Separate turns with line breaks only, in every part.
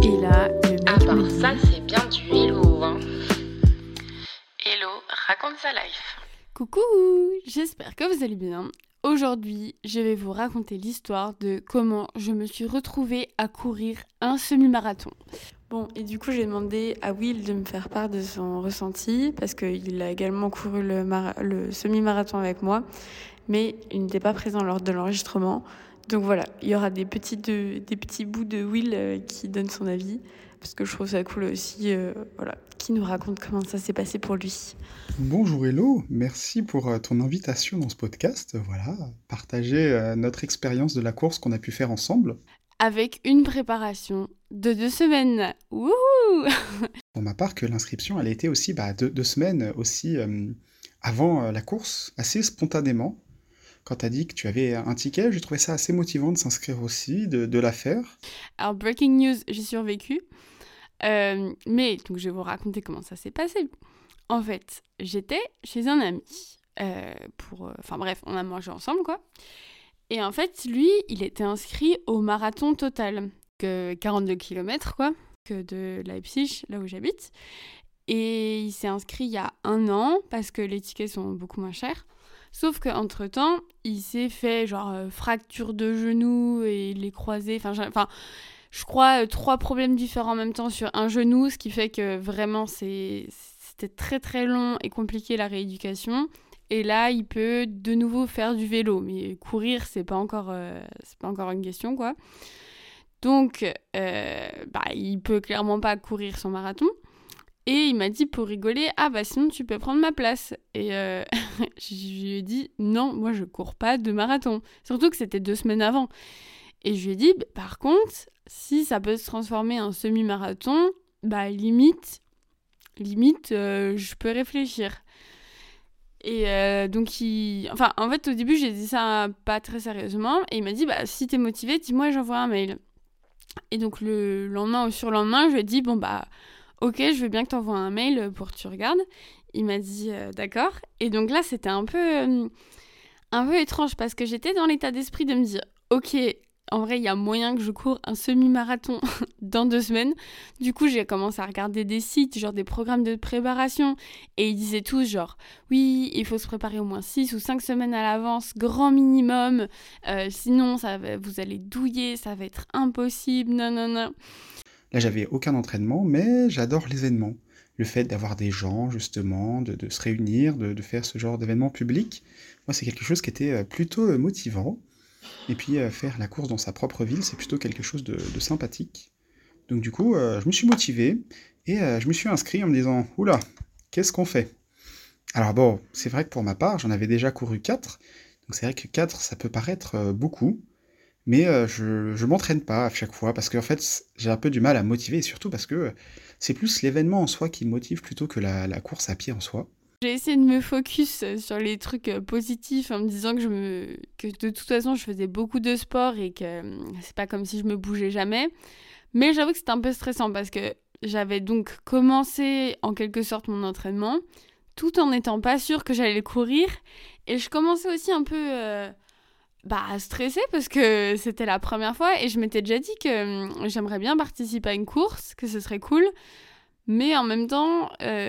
Et là, le mec
Ah bah
me dit...
ça c'est bien du hello, hein. Hello, raconte sa life.
Coucou, j'espère que vous allez bien. Aujourd'hui, je vais vous raconter l'histoire de comment je me suis retrouvée à courir un semi-marathon. Bon, et du coup, j'ai demandé à Will de me faire part de son ressenti parce qu'il a également couru le semi-marathon avec moi, mais il n'était pas présent lors de l'enregistrement. Donc voilà, il y aura des petits bouts de Will qui donne son avis parce que je trouve ça cool aussi, qui nous raconte comment ça s'est passé pour lui.
Bonjour Hello, merci pour ton invitation dans ce podcast. Voilà, partager notre expérience de la course qu'on a pu faire ensemble.
Avec une préparation de 2 semaines. Wouhou!
Pour ma part, que l'inscription, elle a été aussi 2 semaines aussi avant la course, assez spontanément. Quand tu as dit que tu avais un ticket, j'ai trouvé ça assez motivant de s'inscrire aussi, de la faire.
Alors, breaking news, j'ai survécu. Mais, donc, je vais vous raconter comment ça s'est passé. En fait, j'étais chez un ami. On a mangé ensemble, quoi. Et en fait, lui, il était inscrit au marathon total. 42 km, quoi, que de Leipzig, là où j'habite. Et il s'est inscrit il y a 1 an, parce que les tickets sont beaucoup moins chers. Sauf qu'entre-temps, il s'est fait fracture de genou et les croisés. Je crois 3 problèmes différents en même temps sur un genou, ce qui fait que vraiment c'était très très long et compliqué la rééducation. Et là, il peut de nouveau faire du vélo, mais courir, c'est pas encore une question, quoi. Donc, il peut clairement pas courir son marathon. Et il m'a dit pour rigoler, sinon tu peux prendre ma place. Et je lui ai dit, non, moi je cours pas de marathon. Surtout que c'était 2 semaines avant. Et je lui ai dit, par contre, si ça peut se transformer en semi-marathon, limite, je peux réfléchir. Et donc, en fait, au début, j'ai dit ça pas très sérieusement. Et il m'a dit, si t'es motivé, dis-moi et j'envoie un mail. Et donc, le lendemain ou surlendemain, je lui ai dit, ok, je veux bien que t'envoies un mail pour que tu regardes. Il m'a dit, d'accord. Et donc là, c'était un peu étrange parce que j'étais dans l'état d'esprit de me dire, ok, en vrai, il y a moyen que je cours un semi-marathon dans 2 semaines. Du coup, j'ai commencé à regarder des sites, des programmes de préparation. Et ils disaient tous, oui, il faut se préparer au moins 6 ou 5 semaines à l'avance, grand minimum. Sinon, vous allez douiller, ça va être impossible. Non.
Là, j'avais aucun entraînement, mais j'adore l'événement. Le fait d'avoir des gens, justement, de se réunir, de faire ce genre d'événement public, moi, c'est quelque chose qui était plutôt motivant. Et puis, faire la course dans sa propre ville, c'est plutôt quelque chose de sympathique. Donc du coup, je me suis motivé et je me suis inscrit en me disant « Oula, qu'est-ce qu'on fait ?» Alors bon, c'est vrai que pour ma part, j'en avais déjà couru 4. Donc c'est vrai que 4, ça peut paraître beaucoup. Mais je m'entraîne pas à chaque fois parce qu'en fait, j'ai un peu du mal à me motiver et surtout parce que c'est plus l'événement en soi qui me motive plutôt que la course à pied en soi.
J'ai essayé de me focus sur les trucs positifs en me disant que de toute façon, je faisais beaucoup de sport et que c'est pas comme si je me bougeais jamais. Mais j'avoue que c'était un peu stressant parce que j'avais donc commencé en quelque sorte mon entraînement tout en n'étant pas sûre que j'allais courir. Et je commençais aussi un peu à stresser parce que c'était la première fois et je m'étais déjà dit que j'aimerais bien participer à une course, que ce serait cool. Mais en même temps,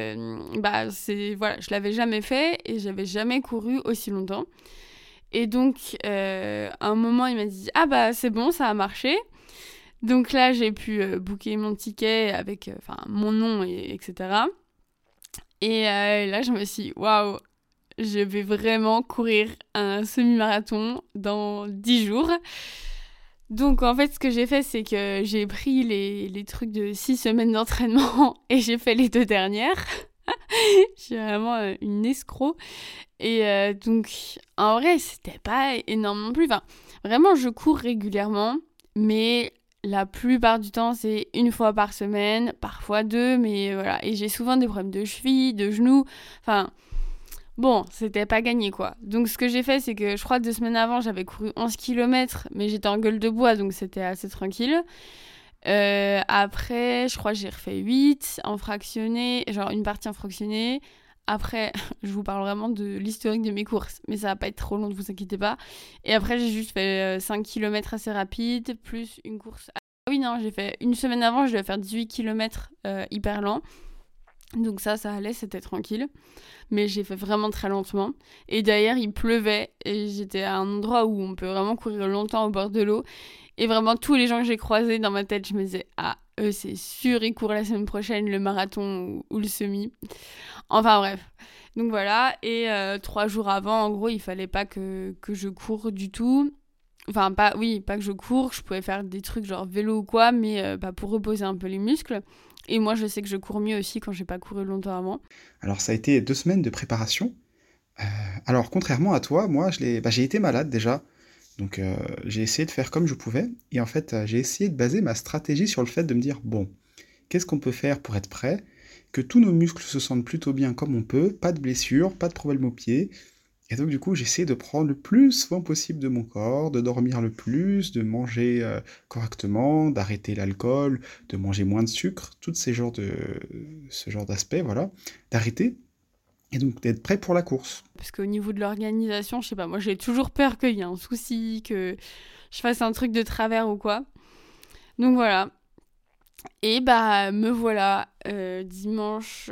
je l'avais jamais fait et j'avais jamais couru aussi longtemps. Et donc, à un moment, il m'a dit « Ah c'est bon, ça a marché ». Donc là, j'ai pu booker mon ticket avec mon nom, etc. Et là, je me suis dit « Waouh, je vais vraiment courir un semi-marathon dans 10 jours ». Donc en fait, ce que j'ai fait, c'est que j'ai pris les trucs de 6 semaines d'entraînement et j'ai fait les 2 dernières. Je suis vraiment une escroc. Et donc, en vrai, c'était pas énorme non plus. Vraiment, je cours régulièrement, mais la plupart du temps, c'est 1 fois par semaine, parfois 2, mais voilà. Et j'ai souvent des problèmes de cheville, de genoux. Bon, c'était pas gagné, quoi. Donc, ce que j'ai fait, c'est que je crois 2 semaines avant, j'avais couru 11 km, mais j'étais en gueule de bois, donc c'était assez tranquille. Après, je crois que j'ai refait 8 en fractionné, une partie en fractionné. Après, je vous parle vraiment de l'historique de mes courses, mais ça va pas être trop long, ne vous inquiétez pas. Et après, j'ai juste fait 5 km assez rapide, plus une course Oui, non, j'ai fait une semaine avant, je devais faire 18 km hyper lent. Donc ça allait, c'était tranquille. Mais j'ai fait vraiment très lentement. Et d'ailleurs, il pleuvait et j'étais à un endroit où on peut vraiment courir longtemps au bord de l'eau. Et vraiment, tous les gens que j'ai croisés dans ma tête, je me disais, ah, eux, c'est sûr, ils courent la semaine prochaine le marathon ou le semi. Enfin bref. Donc voilà. Et 3 jours avant, en gros, il fallait pas que je cours du tout. Enfin, pas que je cours, je pouvais faire des trucs genre vélo ou quoi, mais pour reposer un peu les muscles. Et moi, je sais que je cours mieux aussi quand j'ai pas couru longtemps avant.
Alors ça a été 2 semaines de préparation. Euh, alors contrairement à toi, moi j'ai été malade déjà. Donc j'ai essayé de faire comme je pouvais. Et en fait, j'ai essayé de baser ma stratégie sur le fait de me dire, bon, qu'est-ce qu'on peut faire pour être prêt? Que tous nos muscles se sentent plutôt bien comme on peut, pas de blessures, pas de problème aux pieds. Et donc du coup, j'ai essayé de prendre le plus soin possible de mon corps, de dormir le plus, de manger correctement, d'arrêter l'alcool, de manger moins de sucre, ce genre d'aspect, voilà, d'arrêter et donc d'être prêt pour la course.
Parce qu'au niveau de l'organisation, je sais pas, moi j'ai toujours peur qu'il y ait un souci, que je fasse un truc de travers ou quoi. Donc voilà. Et bah me voilà dimanche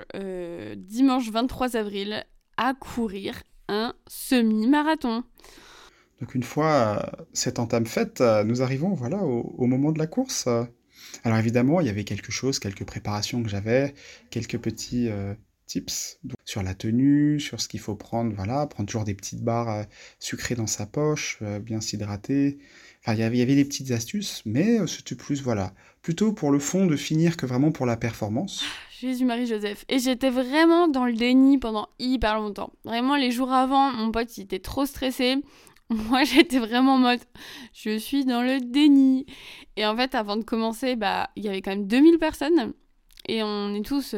23 avril à courir un semi-marathon.
Donc une fois cette entame faite, nous arrivons voilà au moment de la course. Alors évidemment, il y avait quelques préparations que j'avais, quelques petits tips donc, sur la tenue, sur ce qu'il faut prendre, voilà, prendre toujours des petites barres sucrées dans sa poche, bien s'hydrater. Enfin, il y avait des petites astuces, mais c'était plus, voilà, plutôt pour le fond de finir que vraiment pour la performance.
Jésus-Marie-Joseph. Et j'étais vraiment dans le déni pendant hyper longtemps. Vraiment, les jours avant, mon pote, il était trop stressé. Moi, j'étais vraiment en mode, je suis dans le déni. Et en fait, avant de commencer, bah, il y avait quand même 2000 personnes. Et on est tous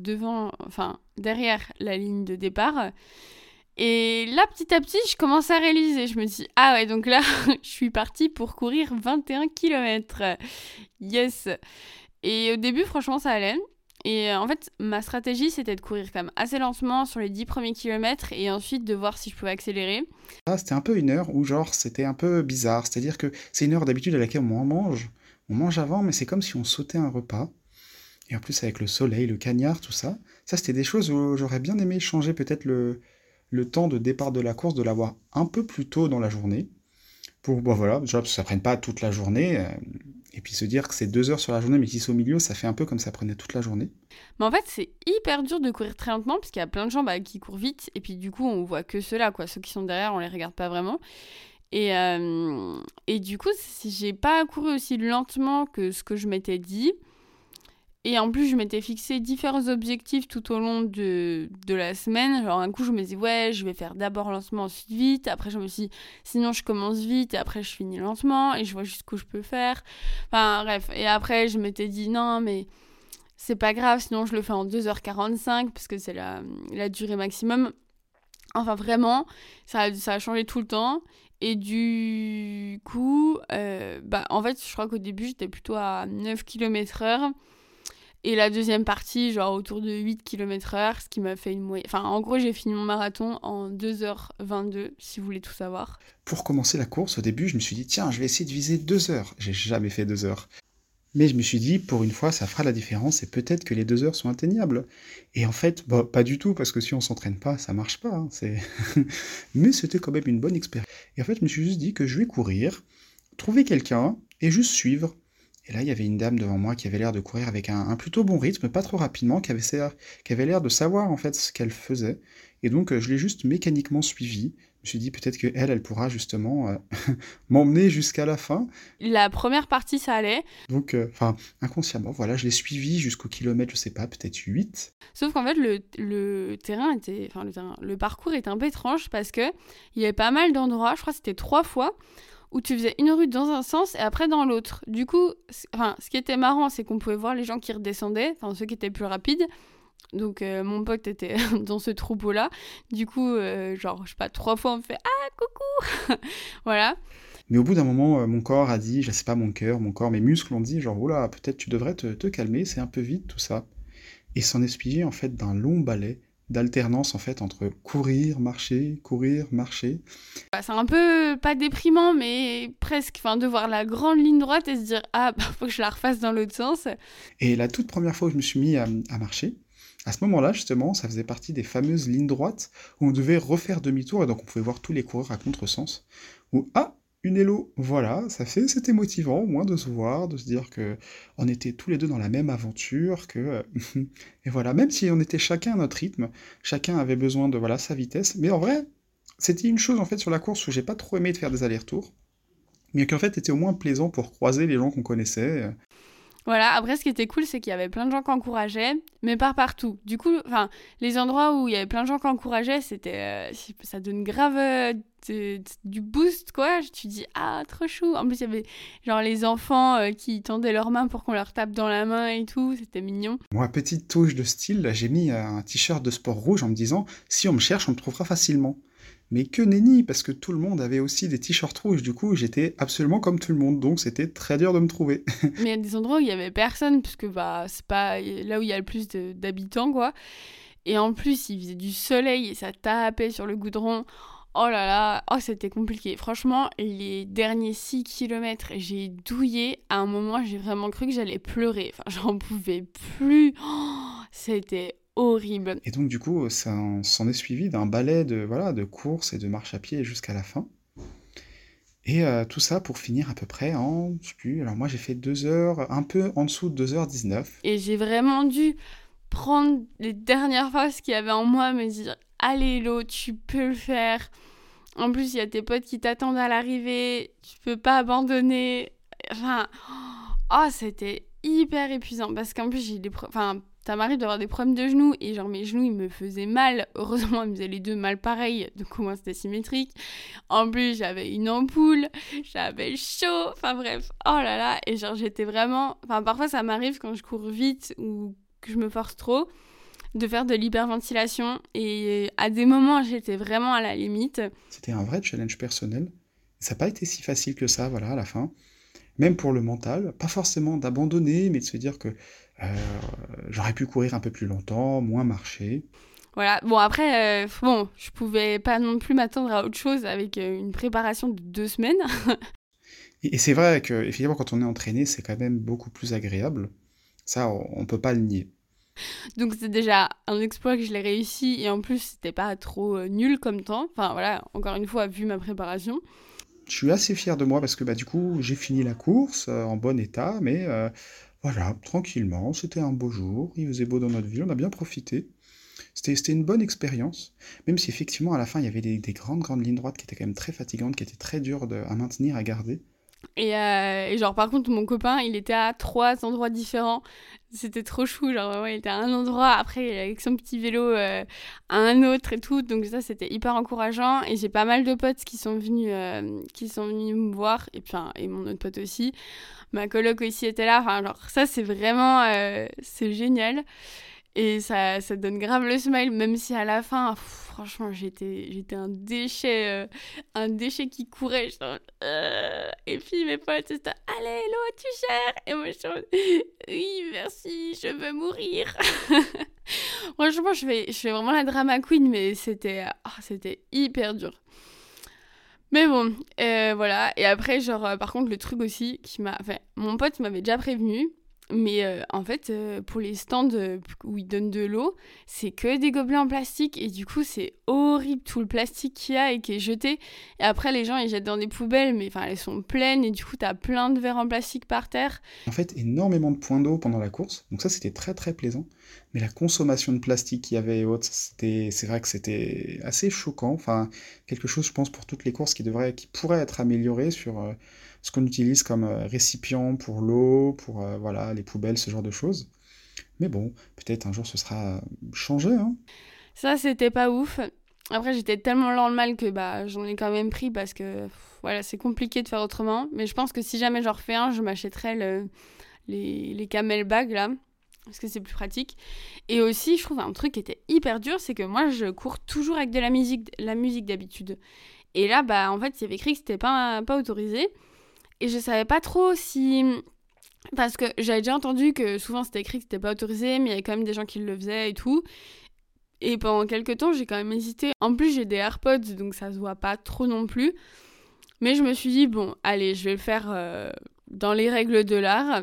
derrière la ligne de départ. Et là, petit à petit, je commence à réaliser. Je me dis, ah ouais, donc là, je suis partie pour courir 21 km. Yes. Et au début, franchement, ça allait. Et en fait, ma stratégie, c'était de courir quand même assez lentement sur les 10 premiers kilomètres et ensuite de voir si je pouvais accélérer.
Ah, c'était un peu une heure où genre c'était un peu bizarre, c'est-à-dire que c'est une heure d'habitude à laquelle on mange avant, mais c'est comme si on sautait un repas. Et en plus avec le soleil, le cagnard, tout ça, ça c'était des choses où j'aurais bien aimé changer peut-être le temps de départ de la course, de l'avoir un peu plus tôt dans la journée, pour, bon voilà, déjà parce que ça prenne pas toute la journée, et puis se dire que c'est 2 heures sur la journée, mais qu'ils sont au milieu, ça fait un peu comme ça prenait toute la journée.
Mais en fait, c'est hyper dur de courir très lentement parce qu'il y a plein de gens qui courent vite et puis du coup, on voit que ceux-là, quoi. Ceux qui sont derrière, on les regarde pas vraiment. Et du coup, si j'ai pas couru aussi lentement que ce que je m'étais dit, et en plus, je m'étais fixé différents objectifs tout au long de la semaine. Genre, un coup, je me disais, ouais, je vais faire d'abord lentement, ensuite vite. Après, je me suis dit, sinon, je commence vite et après, je finis lentement et je vois jusqu'où je peux faire. Enfin, bref. Et après, je m'étais dit, non, mais c'est pas grave, sinon, je le fais en 2h45 parce que c'est la durée maximum. Enfin, vraiment, ça a changé tout le temps. Et du coup, en fait, je crois qu'au début, j'étais plutôt à 9 km/h. Et la deuxième partie, genre autour de 8 km/h, ce qui m'a fait une moyenne. Enfin, en gros, j'ai fini mon marathon en 2h22, si vous voulez tout savoir.
Pour commencer la course, au début, je me suis dit, tiens, je vais essayer de viser 2 heures. J'ai jamais fait 2 heures. Mais je me suis dit, pour une fois, ça fera la différence et peut-être que les 2 heures sont atteignables. Et en fait, pas du tout, parce que si on s'entraîne pas, ça marche pas. Hein, mais c'était quand même une bonne expérience. Et en fait, je me suis juste dit que je vais courir, trouver quelqu'un et juste suivre. Et là, il y avait une dame devant moi qui avait l'air de courir avec un plutôt bon rythme, pas trop rapidement, qui avait l'air de savoir en fait ce qu'elle faisait. Et donc, je l'ai juste mécaniquement suivie. Je me suis dit peut-être qu'elle pourra justement m'emmener jusqu'à la fin.
La première partie, ça allait.
Donc, inconsciemment, voilà, je l'ai suivie jusqu'au kilomètre, je sais pas, peut-être 8.
Sauf qu'en fait, le parcours était un peu étrange parce que il y avait pas mal d'endroits, je crois que c'était 3 fois, où tu faisais une route dans un sens et après dans l'autre. Du coup, ce qui était marrant, c'est qu'on pouvait voir les gens qui redescendaient, ceux qui étaient plus rapides. Donc mon pote était dans ce troupeau-là. Du coup, je sais pas, 3 fois on me fait « Ah, coucou !» Voilà.
Mais au bout d'un moment, mon corps a dit, je sais pas, mon cœur, mon corps, mes muscles ont dit genre, oh là, peut-être tu devrais te calmer, c'est un peu vite tout ça. Et s'en est suivi en fait d'un long balai d'alternance en fait entre courir, marcher.
Bah, c'est un peu, pas déprimant, mais presque, enfin, de voir la grande ligne droite et se dire, ah, bah, faut que je la refasse dans l'autre sens.
Et la toute première fois où je me suis mis à marcher, à ce moment-là, justement, ça faisait partie des fameuses lignes droites où on devait refaire demi-tour et donc on pouvait voir tous les coureurs à contresens. Où, ah, une élo, voilà, c'était motivant au moins de se voir, de se dire que on était tous les deux dans la même aventure, que et voilà, même si on était chacun à notre rythme, chacun avait besoin de voilà sa vitesse, mais en vrai, c'était une chose en fait sur la course où j'ai pas trop aimé de faire des allers-retours, mais qui en fait était au moins plaisant pour croiser les gens qu'on connaissait.
Voilà, après, ce qui était cool, c'est qu'il y avait plein de gens qui encourageaient, mais pas partout. Du coup, enfin, les endroits où il y avait plein de gens qui encourageaient, ça donne grave du boost, quoi. Tu dis, ah, trop chou. En plus, il y avait genre les enfants qui tendaient leurs mains pour qu'on leur tape dans la main et tout, c'était mignon.
Moi, petite touche de style, là, j'ai mis un t-shirt de sport rouge en me disant, si on me cherche, on me trouvera facilement. Mais que nenni, parce que tout le monde avait aussi des t-shirts rouges, du coup j'étais absolument comme tout le monde, donc c'était très dur de me trouver.
Mais il y a des endroits où il y avait personne, parce que bah, c'est pas là où il y a le plus d'habitants, quoi. Et en plus, il faisait du soleil et ça tapait sur le goudron. Oh là là, oh c'était compliqué. Franchement, les derniers 6 kilomètres, j'ai douillé. À un moment, j'ai vraiment cru que j'allais pleurer. Enfin, j'en pouvais plus. Oh, c'était horrible.
Et donc du coup, ça s'en est suivi d'un balai de course et de marche à pied jusqu'à la fin. Et tout ça pour finir à peu près en, je sais plus, alors moi j'ai fait 2 heures, un peu en dessous de 2h19.
Et j'ai vraiment dû prendre les dernières phrases qu'il y avait en moi, me dire allez Lo, tu peux le faire. En plus, il y a tes potes qui t'attendent à l'arrivée, tu peux pas abandonner. Enfin, oh, c'était hyper épuisant parce qu'en plus, enfin, ça m'arrive d'avoir des problèmes de genoux et genre mes genoux ils me faisaient mal. Heureusement, ils me faisaient les deux mal pareil, donc au moins c'était symétrique. En plus, j'avais une ampoule, j'avais chaud, enfin bref, oh là là. Et genre j'étais vraiment, enfin parfois ça m'arrive quand je cours vite ou que je me force trop de faire de l'hyperventilation et à des moments j'étais vraiment à la limite.
C'était un vrai challenge personnel. Ça n'a pas été si facile que ça, voilà, à la fin. Même pour le mental, pas forcément d'abandonner, mais de se dire que j'aurais pu courir un peu plus longtemps, moins marcher.
Voilà, bon après, bon, je pouvais pas non plus m'attendre à autre chose avec une préparation de 2 semaines.
Et c'est vrai que, effectivement, quand on est entraîné, c'est quand même beaucoup plus agréable. Ça, on peut pas le nier.
Donc c'est déjà un exploit que je l'ai réussi et en plus c'était pas trop nul comme temps. Enfin voilà, encore une fois, vu ma préparation.
Je suis assez fier de moi parce que bah, du coup, j'ai fini la course en bon état, mais voilà, tranquillement, c'était un beau jour, il faisait beau dans notre ville, on a bien profité. C'était une bonne expérience, même si effectivement à la fin il y avait des grandes lignes droites qui étaient quand même très fatigantes, qui étaient très dures à maintenir, à garder.
Et genre par contre mon copain il était à 3 endroits différents. C'était trop chou, genre vraiment il était à un endroit, après avec son petit vélo à un autre et tout. Donc ça c'était hyper encourageant et j'ai pas mal de potes qui sont venus me voir et puis et mon autre pote aussi. Ma coloc aussi était là, enfin genre ça c'est vraiment c'est génial. Et ça donne grave le smile, même si à la fin, franchement, j'étais un déchet qui courait. Genre, Et puis mes potes, c'était allez, Lo, tu gères. Et moi, je suis oui, merci, je veux mourir. Franchement, je fais vraiment la drama queen, mais c'était hyper dur. Mais bon, voilà. Et après, genre, par contre, le truc aussi Enfin, mon pote m'avait déjà prévenu. Mais en fait, pour les stands où ils donnent de l'eau, c'est que des gobelets en plastique et du coup, c'est horrible tout le plastique qu'il y a et qui est jeté. Et après, les gens, ils jettent dans des poubelles, mais enfin, elles sont pleines et du coup, t'as plein de verres en plastique par terre.
En fait, énormément de points d'eau pendant la course, donc ça c'était très très plaisant. Mais la consommation de plastique qu'il y avait et autres, c'est vrai que c'était assez choquant. Enfin, quelque chose, je pense, pour toutes les courses qui pourrait être amélioré sur ce qu'on utilise comme récipient pour l'eau, pour voilà, les poubelles, ce genre de choses. Mais bon, peut-être un jour ce sera changé, hein.
Ça, c'était pas ouf. Après, j'étais tellement lent le mal que bah, j'en ai quand même pris parce que voilà, c'est compliqué de faire autrement. Mais je pense que si jamais j'en refais un, je m'achèterais les camelbags là. Parce que c'est plus pratique. Et aussi, je trouve un truc qui était hyper dur, c'est que moi, je cours toujours avec de la musique d'habitude. Et là, bah, en fait, il y avait écrit que c'était pas autorisé. Et je savais pas trop si... Parce que j'avais déjà entendu que souvent c'était écrit que c'était pas autorisé, mais il y avait quand même des gens qui le faisaient et tout. Et pendant quelques temps, j'ai quand même hésité. En plus, j'ai des AirPods, donc ça se voit pas trop non plus. Mais je me suis dit, bon, allez, je vais le faire dans les règles de l'art.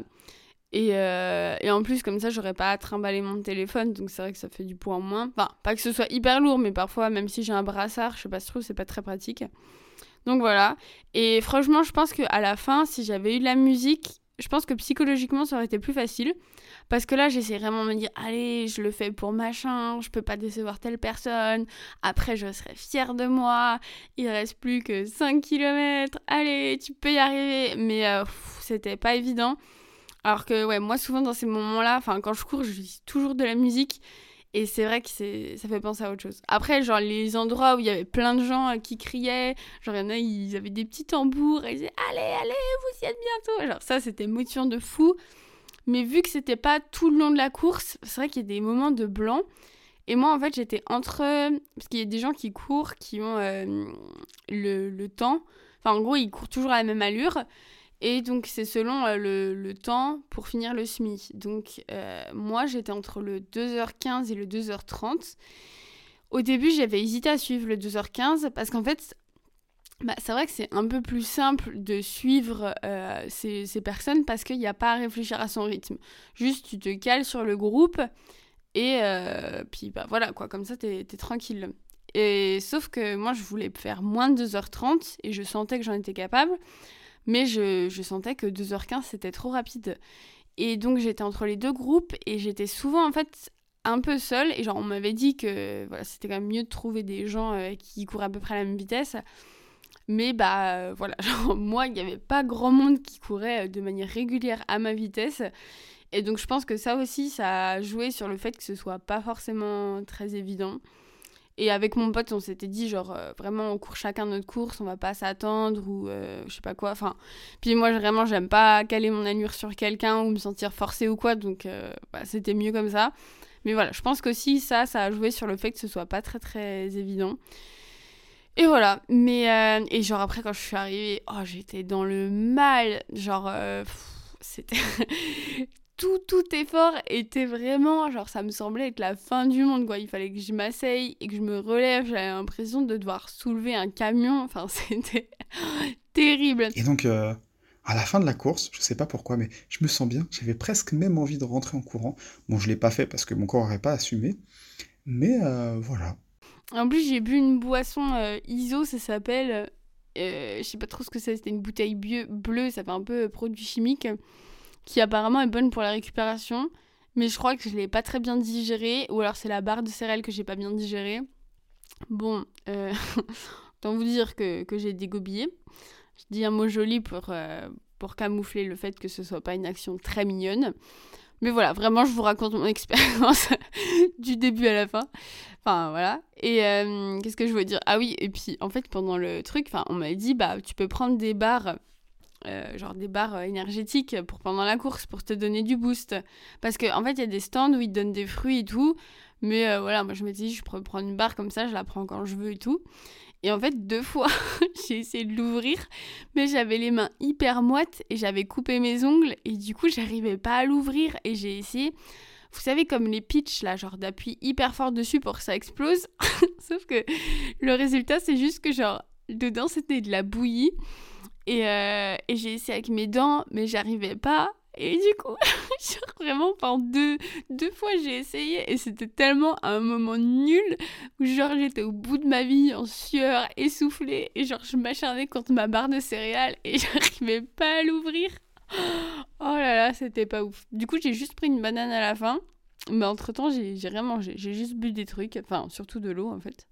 Et en plus, comme ça, j'aurais pas à trimballer mon téléphone, donc c'est vrai que ça fait du poids en moins. Enfin, pas que ce soit hyper lourd, mais parfois, même si j'ai un brassard, je sais pas si je trouve, c'est pas très pratique. Donc voilà. Et franchement, je pense qu'à la fin, si j'avais eu de la musique, je pense que psychologiquement, ça aurait été plus facile. Parce que là, j'essaie vraiment de me dire, allez, je le fais pour machin, je peux pas décevoir telle personne. Après, je serai fière de moi. Il reste plus que 5 kilomètres. Allez, tu peux y arriver. Mais c'était pas évident. Alors que, ouais, moi, souvent, dans ces moments-là, quand je cours, je lis toujours de la musique. Et c'est vrai que ça fait penser à autre chose. Après, genre, les endroits où il y avait plein de gens qui criaient, genre, il y en a, ils avaient des petits tambours, et ils disaient « Allez, allez, vous y êtes bientôt !» Genre, ça, c'était motivant de fou. Mais vu que c'était pas tout le long de la course, c'est vrai qu'il y a des moments de blanc. Et moi, en fait, j'étais entre... Parce qu'il y a des gens qui courent, qui ont le temps. Enfin, en gros, ils courent toujours à la même allure. Et donc, c'est selon le temps pour finir le semi. Donc, moi, j'étais entre le 2h15 et le 2h30. Au début, j'avais hésité à suivre le 2h15 parce qu'en fait, c'est vrai que c'est un peu plus simple de suivre ces personnes parce qu'il n'y a pas à réfléchir à son rythme. Juste, tu te cales sur le groupe et puis voilà, quoi, comme ça, t'es tranquille. Et sauf que moi, je voulais faire moins de 2h30 et je sentais que j'en étais capable. Mais je sentais que 2h15, c'était trop rapide. Et donc, j'étais entre les deux groupes et j'étais souvent, en fait, un peu seule. Et genre, on m'avait dit que voilà, c'était quand même mieux de trouver des gens qui courent à peu près à la même vitesse. Mais voilà, genre, moi, il n'y avait pas grand monde qui courait de manière régulière à ma vitesse. Et donc, je pense que ça aussi, ça a joué sur le fait que ce soit pas forcément très évident. Et avec mon pote, on s'était dit, genre, vraiment, on court chacun notre course, on va pas s'attendre ou je sais pas quoi. Enfin, puis moi, vraiment, j'aime pas caler mon allure sur quelqu'un ou me sentir forcée ou quoi, donc c'était mieux comme ça. Mais voilà, je pense qu'aussi, ça a joué sur le fait que ce soit pas très, très évident. Et voilà, mais et genre après, quand je suis arrivée, j'étais dans le mal. Genre, c'était... Tout effort était vraiment, genre ça me semblait être la fin du monde quoi, il fallait que je m'asseye et que je me relève, j'avais l'impression de devoir soulever un camion, enfin c'était terrible.
Et donc, à la fin de la course, je sais pas pourquoi, mais je me sens bien, j'avais presque même envie de rentrer en courant. Bon, je l'ai pas fait parce que mon corps n'aurait pas assumé, mais voilà.
En plus j'ai bu une boisson ISO, ça s'appelle, je sais pas trop ce que c'est, c'était une bouteille bleue, ça fait un peu produit chimique, qui apparemment est bonne pour la récupération, mais je crois que je l'ai pas très bien digérée, ou alors c'est la barre de céréales que j'ai pas bien digérée. Bon, autant vous dire que j'ai dégobillé. Je dis un mot joli pour camoufler le fait que ce soit pas une action très mignonne. Mais voilà, vraiment, je vous raconte mon expérience du début à la fin. Enfin, voilà. Et qu'est-ce que je veux dire ? Ah oui, et puis en fait, pendant le truc, on m'a dit, tu peux prendre des barres... genre des barres énergétiques pour pendant la course pour te donner du boost parce que en fait il y a des stands où ils te donnent des fruits et tout mais voilà moi je me dis je pourrais prendre une barre comme ça, je la prends quand je veux et tout et en fait 2 fois j'ai essayé de l'ouvrir mais j'avais les mains hyper moites et j'avais coupé mes ongles et du coup j'arrivais pas à l'ouvrir et j'ai essayé, vous savez comme les pitchs là, genre d'appuyer hyper fort dessus pour que ça explose sauf que le résultat c'est juste que genre dedans c'était de la bouillie. Et j'ai essayé avec mes dents, mais j'arrivais pas. Et du coup, genre vraiment, pendant deux fois, j'ai essayé. Et c'était tellement un moment nul où genre j'étais au bout de ma vie, en sueur, essoufflée. Et genre je m'acharnais contre ma barre de céréales et j'arrivais pas à l'ouvrir. Oh là là, c'était pas ouf. Du coup, j'ai juste pris une banane à la fin. Mais entre-temps, j'ai rien mangé. J'ai juste bu des trucs. Enfin, surtout de l'eau, en fait.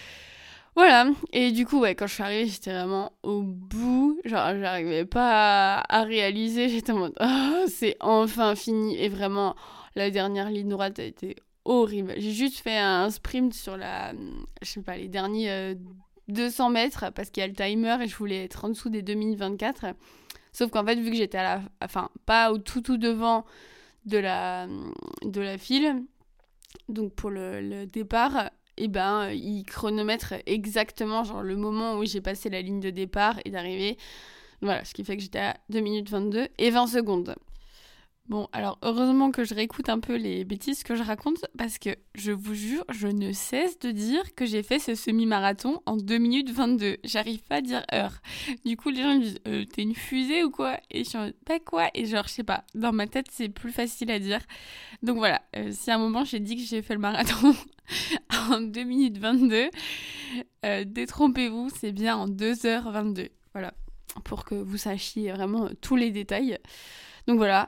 Voilà, et du coup, ouais, quand je suis arrivée, j'étais vraiment au bout. Genre, j'arrivais pas à réaliser. J'étais en mode, c'est enfin fini. Et vraiment, la dernière ligne droite a été horrible. J'ai juste fait un sprint sur je sais pas, les derniers 200 mètres parce qu'il y a le timer et je voulais être en dessous des 2 minutes 24. Sauf qu'en fait, vu que j'étais pas au tout devant de la file, donc pour le départ, et il chronomètre exactement genre le moment où j'ai passé la ligne de départ et d'arrivée. Voilà, ce qui fait que j'étais à 2 minutes 22 et 20 secondes. Bon, alors heureusement que je réécoute un peu les bêtises que je raconte parce que je vous jure, je ne cesse de dire que j'ai fait ce semi-marathon en 2 minutes 22. J'arrive pas à dire heure. Du coup, les gens me disent t'es une fusée ou quoi? Et je suis en mode bah quoi? Et genre, je sais pas, dans ma tête, c'est plus facile à dire. Donc voilà, si à un moment j'ai dit que j'ai fait le marathon en 2 minutes 22, détrompez-vous, c'est bien en 2h22. Voilà, pour que vous sachiez vraiment tous les détails. Donc voilà.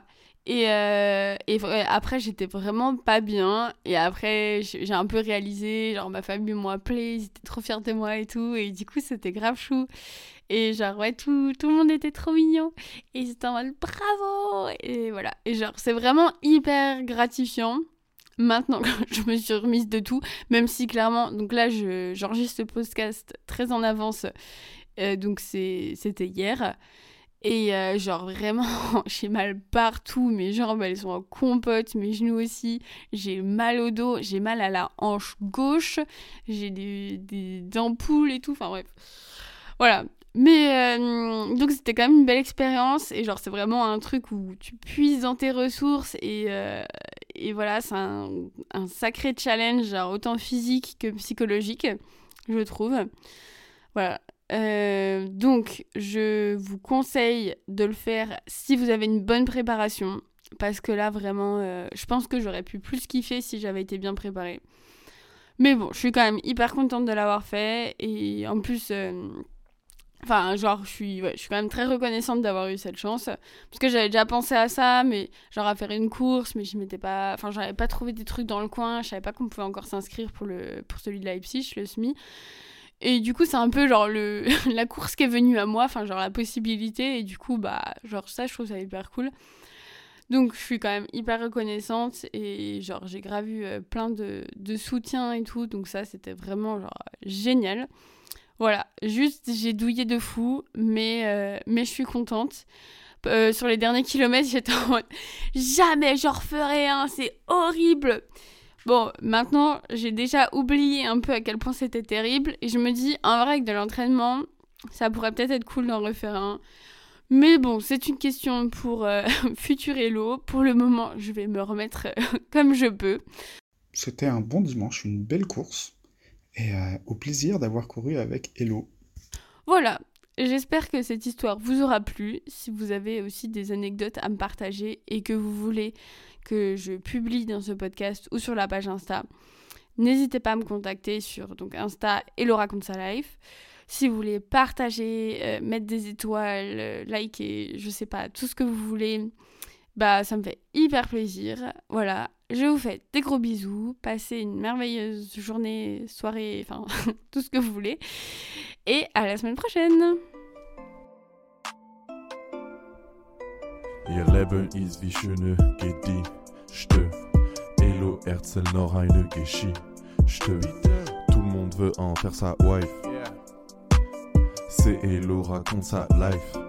Et après, j'étais vraiment pas bien. Et après, j'ai un peu réalisé, genre ma famille m'ont appelé, ils étaient trop fiers de moi et tout. Et du coup, c'était grave chou. Et genre, ouais, tout le monde était trop mignon. Et ils étaient en mode bravo! Et voilà. Et genre, c'est vraiment hyper gratifiant. Maintenant que je me suis remise de tout, même si clairement, donc là, j'enregistre ce podcast très en avance. Donc c'était hier. Et genre vraiment, j'ai mal partout, mes jambes elles sont en compote, mes genoux aussi, j'ai mal au dos, j'ai mal à la hanche gauche, j'ai des ampoules et tout, enfin bref. Voilà. Mais donc c'était quand même une belle expérience et genre c'est vraiment un truc où tu puises dans tes ressources et voilà, c'est un sacré challenge, genre autant physique que psychologique, je trouve. Voilà. Donc, je vous conseille de le faire si vous avez une bonne préparation. Parce que là, vraiment, je pense que j'aurais pu plus kiffer si j'avais été bien préparée. Mais bon, je suis quand même hyper contente de l'avoir fait. Et en plus, enfin, genre, je suis quand même très reconnaissante d'avoir eu cette chance. Parce que j'avais déjà pensé à ça, mais genre à faire une course, mais je m'étais pas... Enfin, j'avais pas trouvé des trucs dans le coin. Je savais pas qu'on pouvait encore s'inscrire pour celui de Leipzig, le SMI. Et du coup, c'est un peu genre la course qui est venue à moi, enfin genre la possibilité, et du coup, bah, genre ça, je trouve ça hyper cool. Donc, je suis quand même hyper reconnaissante, et genre, j'ai grave eu plein de soutien et tout, donc ça, c'était vraiment genre génial. Voilà, juste, j'ai douillé de fou, mais je suis contente. Sur les derniers kilomètres, j'étais en mode, jamais j'en referai un, c'est horrible! Bon, maintenant, j'ai déjà oublié un peu à quel point c'était terrible. Et je me dis, en vrai, avec de l'entraînement, ça pourrait peut-être être cool d'en refaire un. Mais bon, c'est une question pour futur Hello. Pour le moment, je vais me remettre comme je peux.
C'était un bon dimanche, une belle course, et au plaisir d'avoir couru avec Hello.
Voilà, j'espère que cette histoire vous aura plu. Si vous avez aussi des anecdotes à me partager et que vous voulez que je publie dans ce podcast ou sur la page Insta, n'hésitez pas à me contacter sur donc Insta Hello raconte sa life. Si vous voulez partager, mettre des étoiles, liker, je sais pas, tout ce que vous voulez, bah ça me fait hyper plaisir. Voilà, je vous fais des gros bisous, passez une merveilleuse journée, soirée, enfin tout ce que vous voulez. Et à la semaine prochaine.
Ihr Leben ist wie schöne Gedichte. Hello erzähl noch eine Geschichte. Tout le monde veut en faire sa wife. C'est Hello raconte sa life.